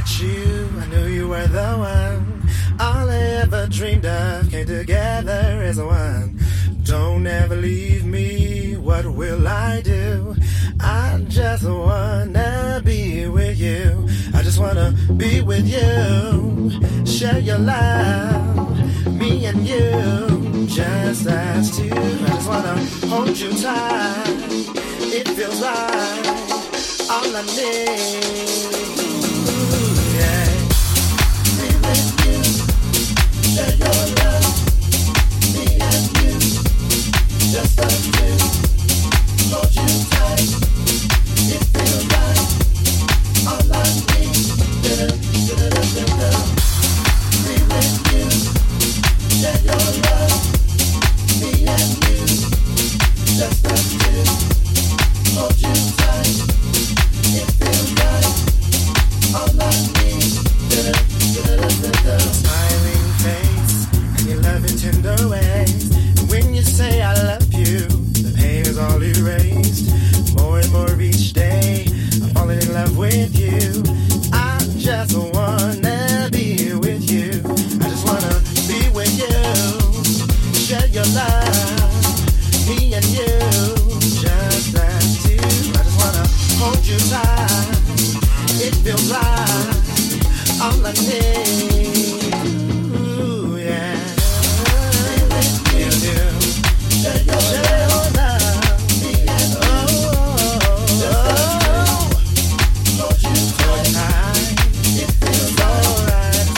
met you, I knew you were the one. All I ever dreamed of came together as one. Don't ever leave me, what will I do? I just wanna be with you. I just wanna be with you. Share your love, me and you, just as two. I just wanna hold you tight. It feels like all I need. Yeah. Be with you. Share your love, me and you, just us two. Hold you tight. It feels like all I need. Be with you. Share your love, me and you, just us two. Hold you tight. It feels like all I need. Smiling face and your loving tender ways. When you say I love you, the pain is all erased. More and more each day, I'm falling in love with you. I just wanna be with you. I just wanna be with you. Share your love, me and you, just as two. I just wanna hold you tight. It feels like all I need. Ooh, yeah. Be with you. Share your love, me and you. Hold you tight. It feels alright.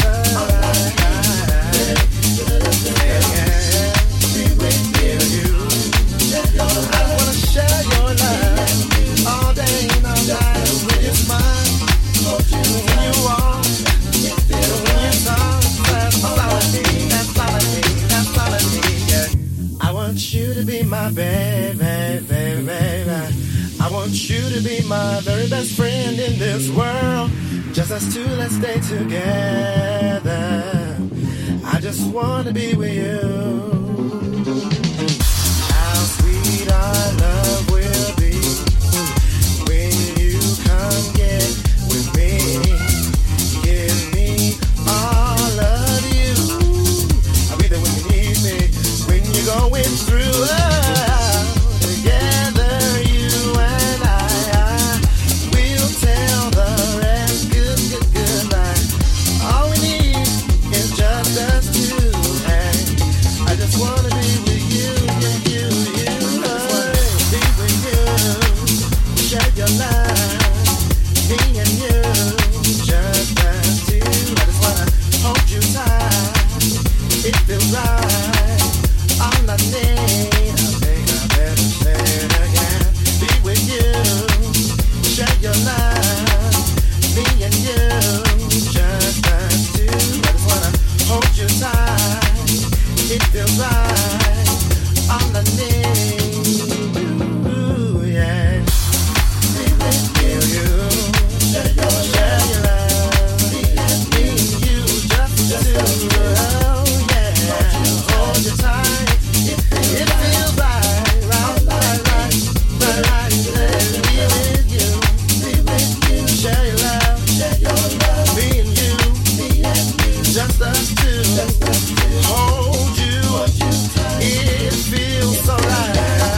Be with you. I wanna share your love all day and all night. With your smile, when you walk, when you talk, that's all I need. That's all I need. That's all I need. Yeah. I want you to be my baby, baby, baby. I want you to be my very best friend in this world. Just us two, let's stay together. I just wanna be with you. How sweet our love will be when you come get with me. Give me all of you. I'll be there when you need me. When you're going through together, you and I will tell the rest good, good, good night. All we need is just us two, and I just wanna be with you, you, you, you. I just wanna be with you. Share your love, me and you, just as two. I just wanna hold you tight. It feels right, all I need. I think I better say it again. Be with you. Share your love, me and you, just as two. I just wanna hold you tight. It feels right, all I need. Ooh, yeah. Be with you. Share your love, me and you, just as two. Oh, yeah. Hold you tight. It feels right, right, right, right, right. Be with you. Share your love, me and you, just us two. Hold you, it feels so right.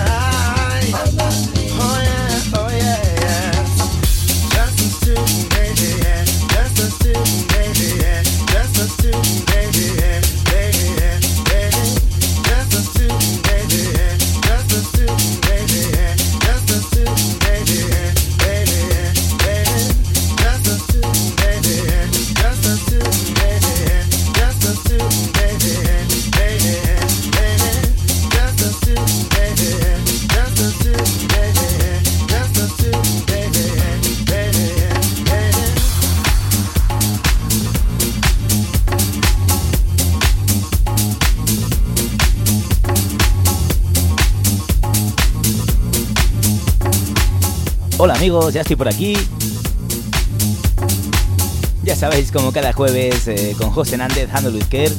Oh yeah, oh yeah, yeah. Just us two, baby, yeah. Just us two, baby, yeah. Just us two, baby, yeah. Baby, yeah, baby. Just us two, baby, yeah. Just us two, baby, yeah. Just us two, baby, yeah. Baby, yeah, baby. Just us two, baby, yeah. Just us two, baby, yeah. Just us two, baby, yeah. Baby, yeah, baby. Just us two, baby, yeah. Just us two, baby, yeah. Just us two, baby, yeah. Baby, yeah, baby. Hola amigos, ya estoy por aquí. Ya sabéis, como cada jueves con José Nández, Handle with Care.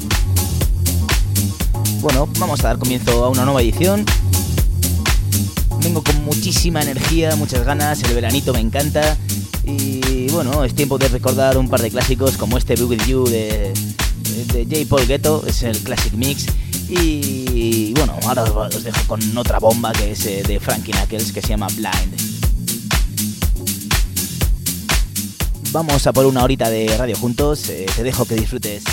Bueno, vamos a dar comienzo a una nueva edición. Vengo con muchísima energía, muchas ganas, el veranito me encanta. Y Y bueno, es tiempo de recordar un par de clásicos como este Be With You de J. Paul Getto, es el Classic Mix. Y bueno, ahora os dejo con otra bomba que es de Frankie Knuckles, que se llama Blind. Vamos a por una horita de radio juntos, te dejo que disfrutes.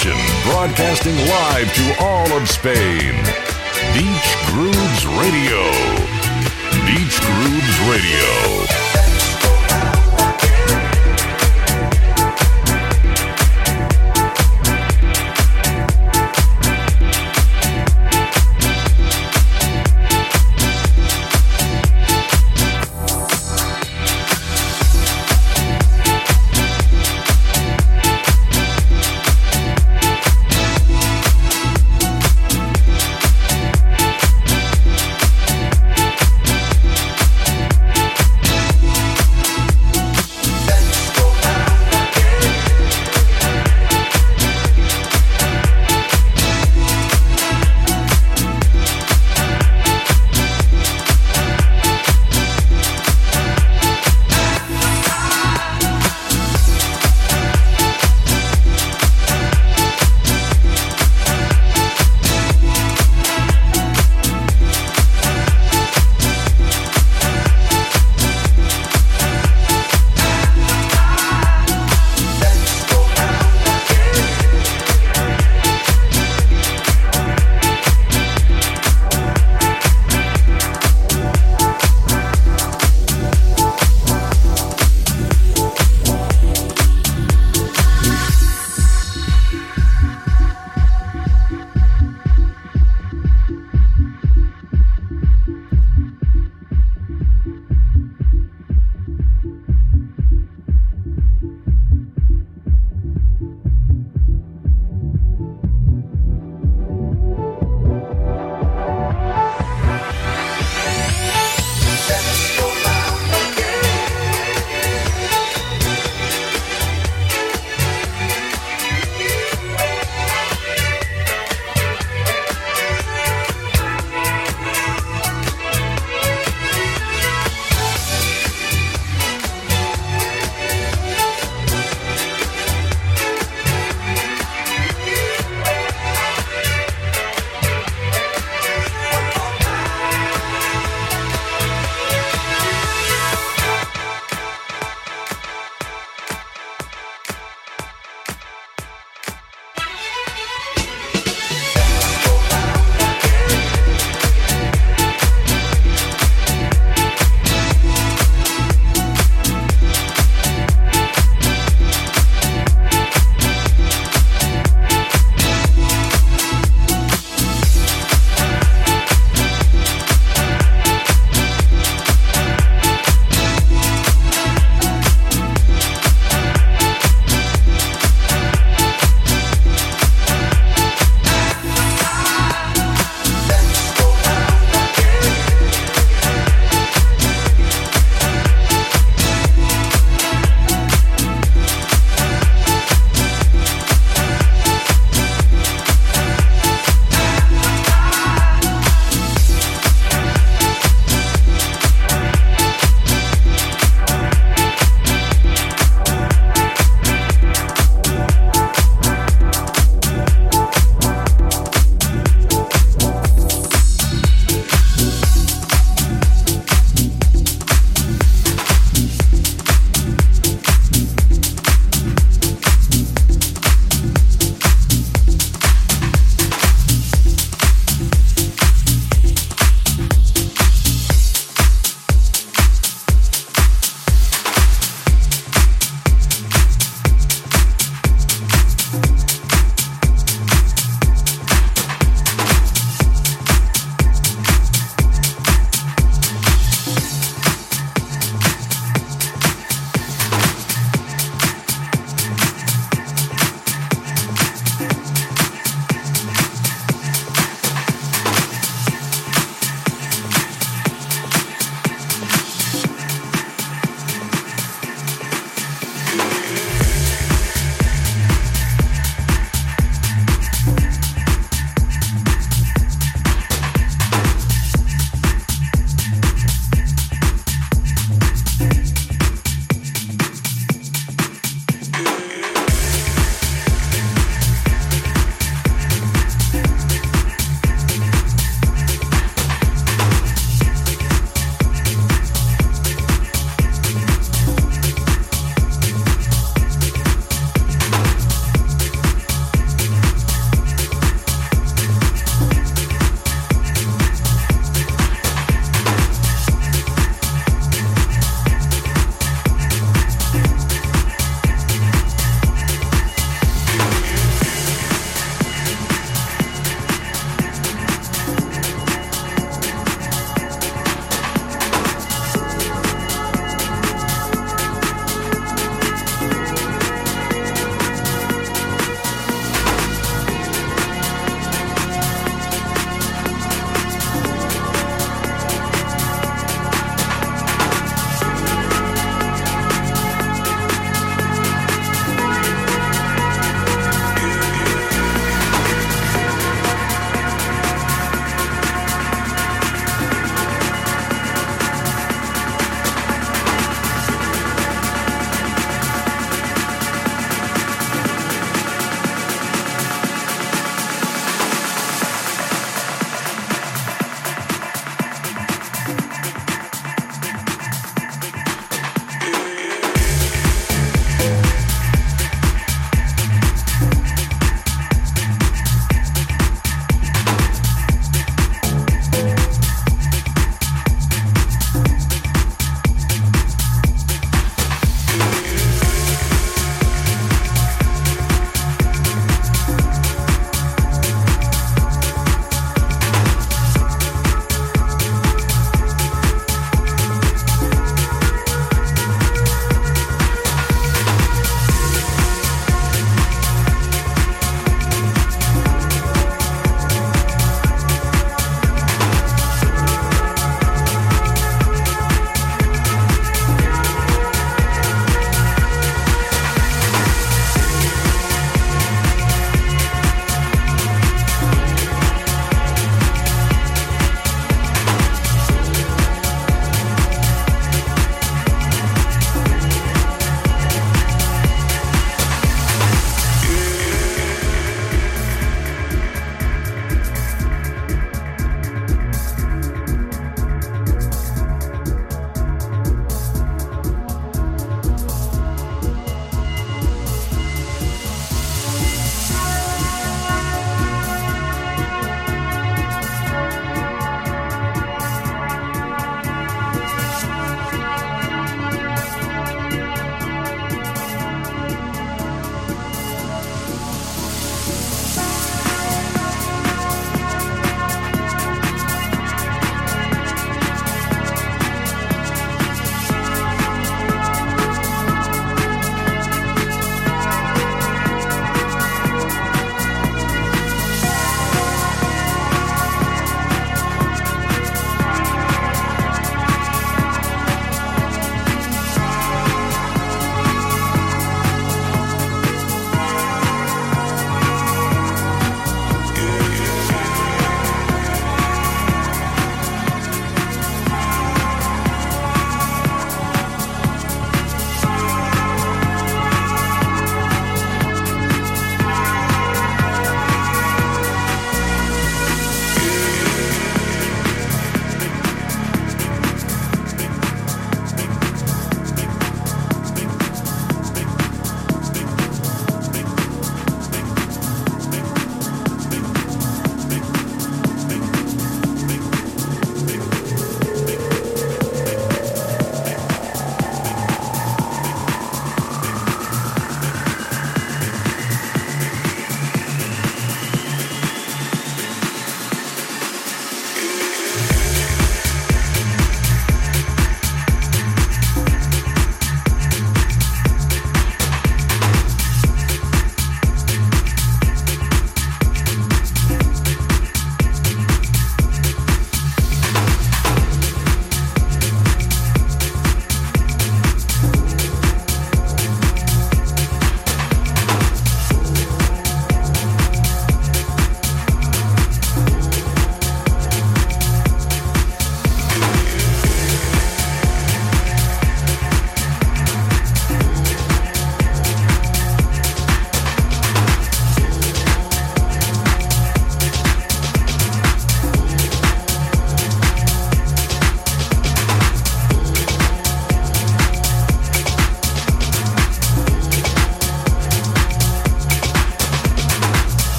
station, broadcasting live to all of Spain. Beach Grooves Radio. Beach Grooves Radio.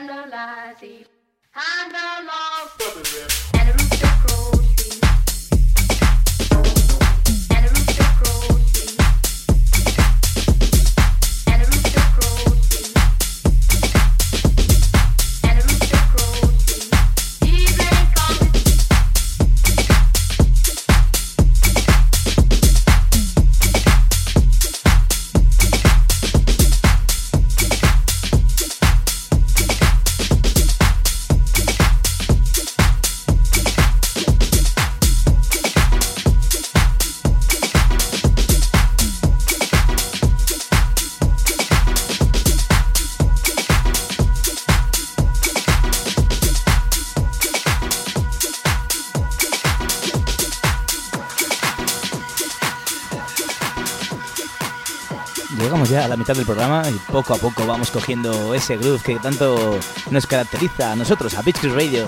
scandalize it. And the law and the rooster crows sing. And the rooster crows sing. And the rooster crows sing. And the rooster crows sing. Evening comes. Llegamos ya a la mitad del programa y poco a poco vamos cogiendo ese groove que tanto nos caracteriza a nosotros, a Beach Cruise Radio.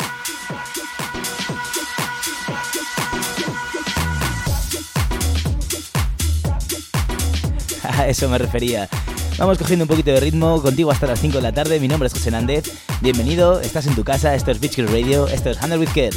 A eso me refería. Vamos cogiendo un poquito de ritmo, contigo hasta las 5 de la tarde. Mi nombre es José Nández. Bienvenido, estás en tu casa, esto es Beach Cruise Radio, esto es Handle with Care.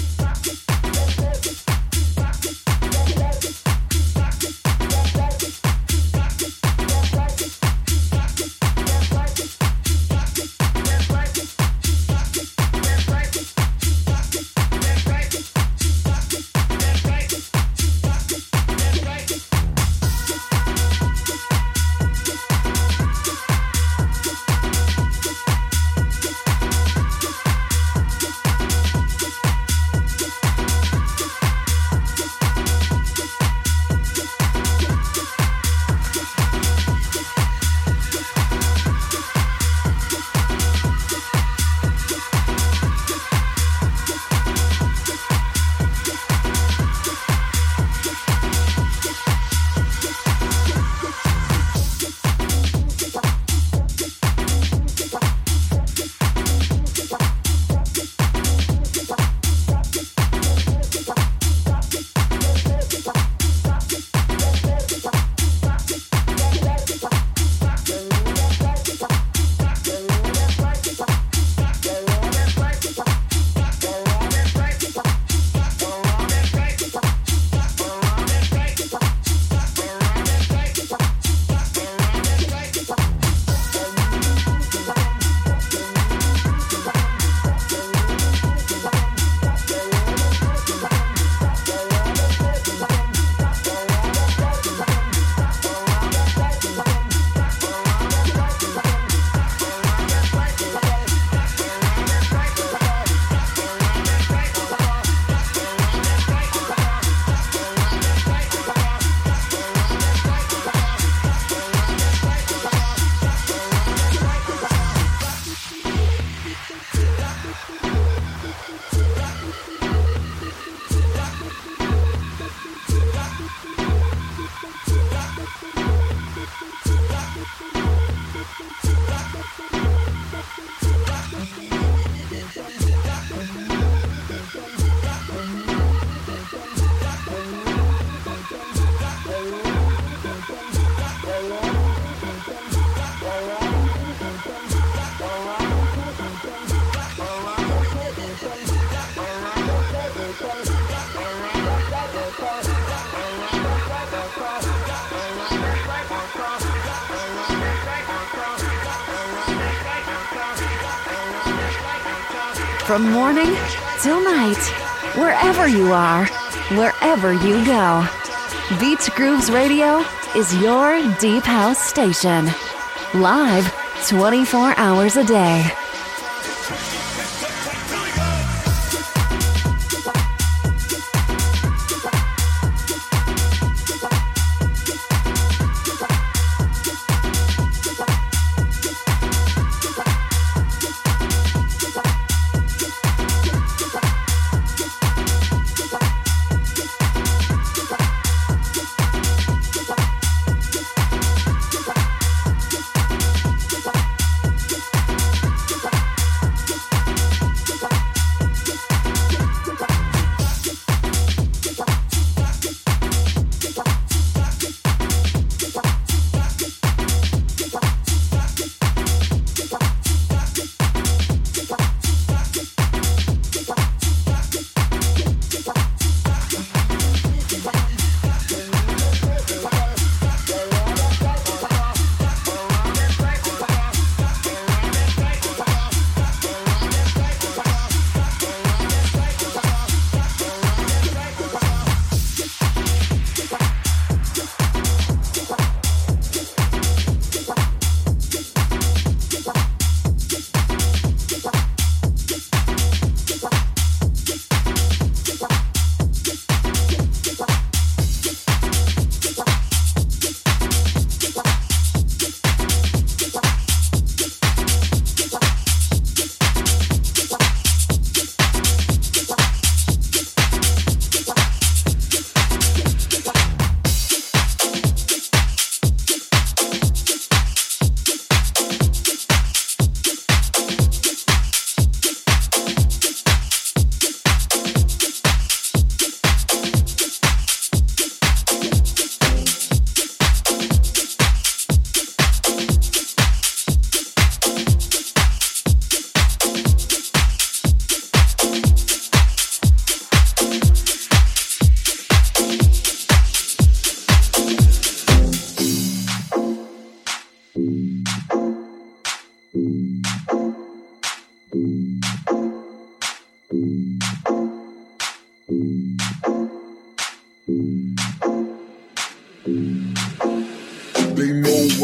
From morning till night, wherever you are, wherever you go, Beach Grooves Radio is your deep house station. Live 24 hours a day.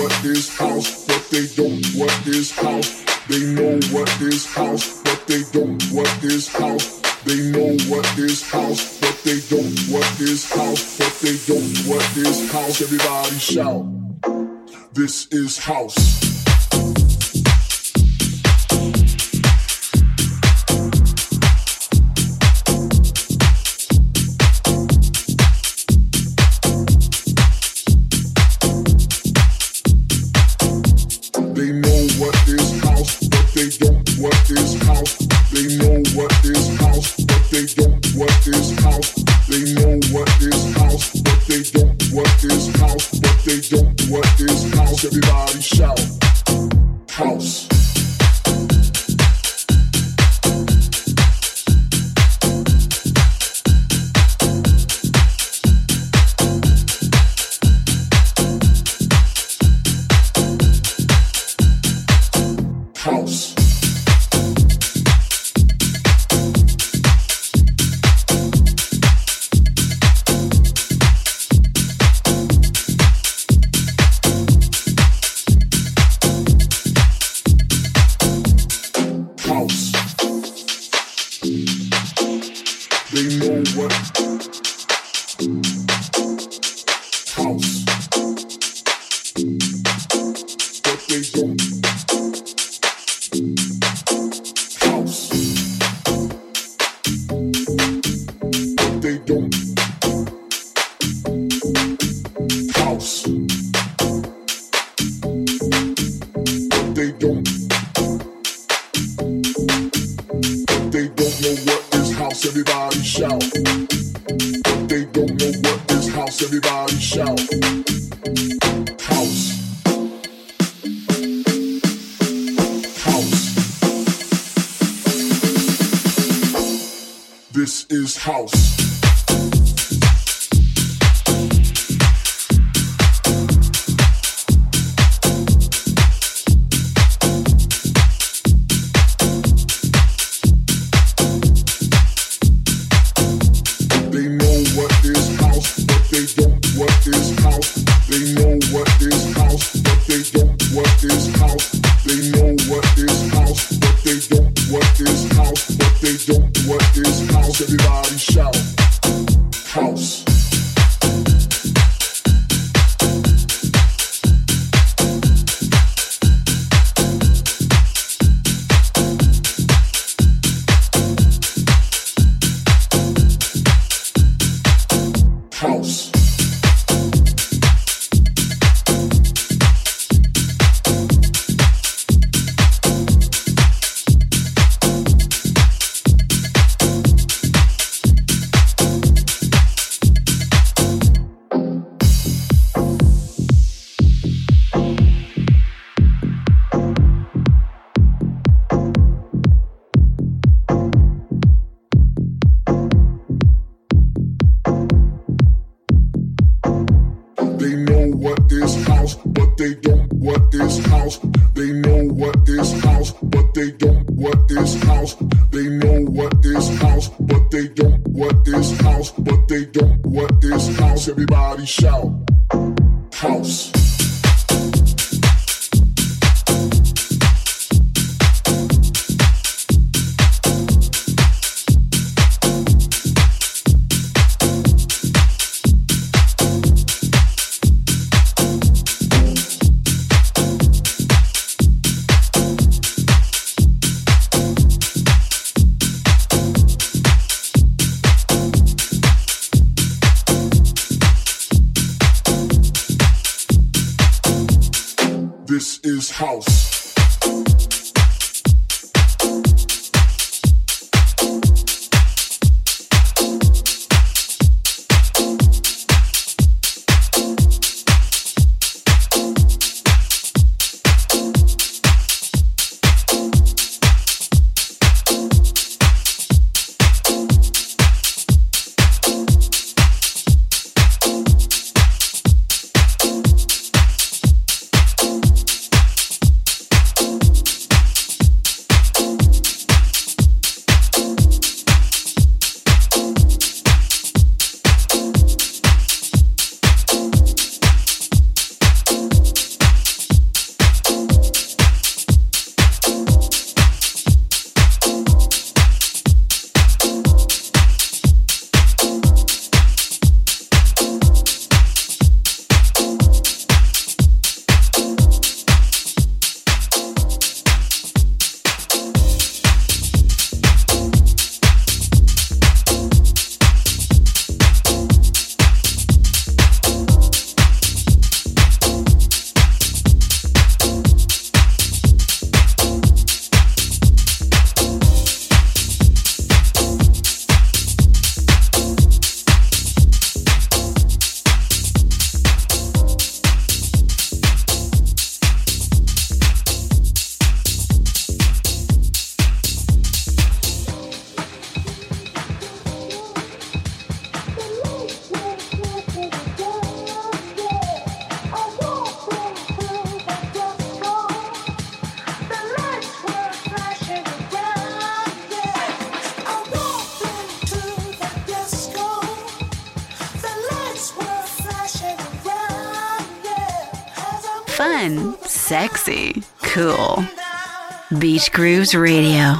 what is house, but they don't what is house. They know what is house, but they don't what is house. They know what is house, but they don't what is house, but they don't what is house. Everybody shout, this is house. Everybody shout, house. House. This is house. Everybody shout, house. House. But they don't what is house. They know what is house, but they don't what is house. They know what is house, but they don't what is house, but they don't what is house. Everybody shout, house. This is house. Fun, sexy, cool. Beach Grooves Radio.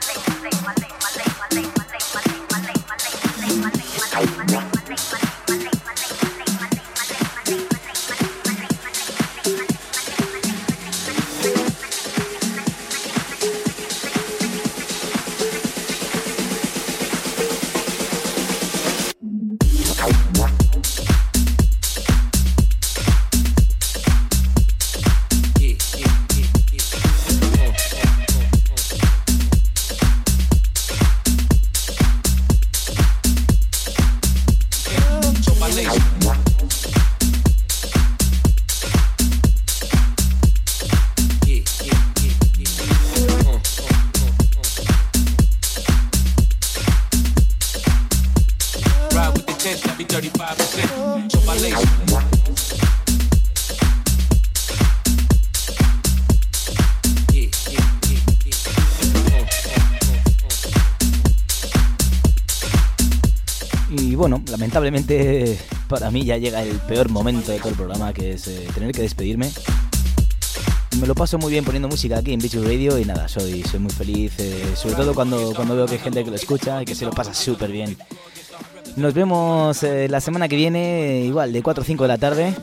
Y bueno, lamentablemente para mí ya llega el peor momento de todo el programa, que es tener que despedirme. Me lo paso muy bien poniendo música aquí en Beach Radio y nada, soy muy feliz, sobre todo cuando veo que hay gente que lo escucha y que se lo pasa súper bien. Nos vemos la semana que viene, igual de 4 o 5 de la tarde.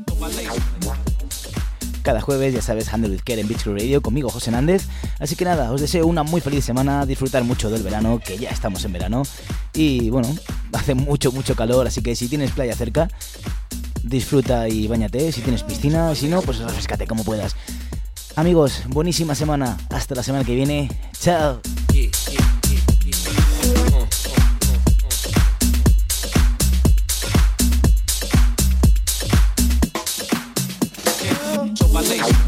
Cada jueves, ya sabes, Handle with Care en Beach Radio, conmigo José Nández. Así que nada, os deseo una muy feliz semana, disfrutar mucho del verano, que ya estamos en verano. Y bueno, hace mucho calor, así que si tienes playa cerca, disfruta y báñate. Si tienes piscina, si no, pues refrescate como puedas. Amigos, buenísima semana, hasta la semana que viene. Chao. Lace.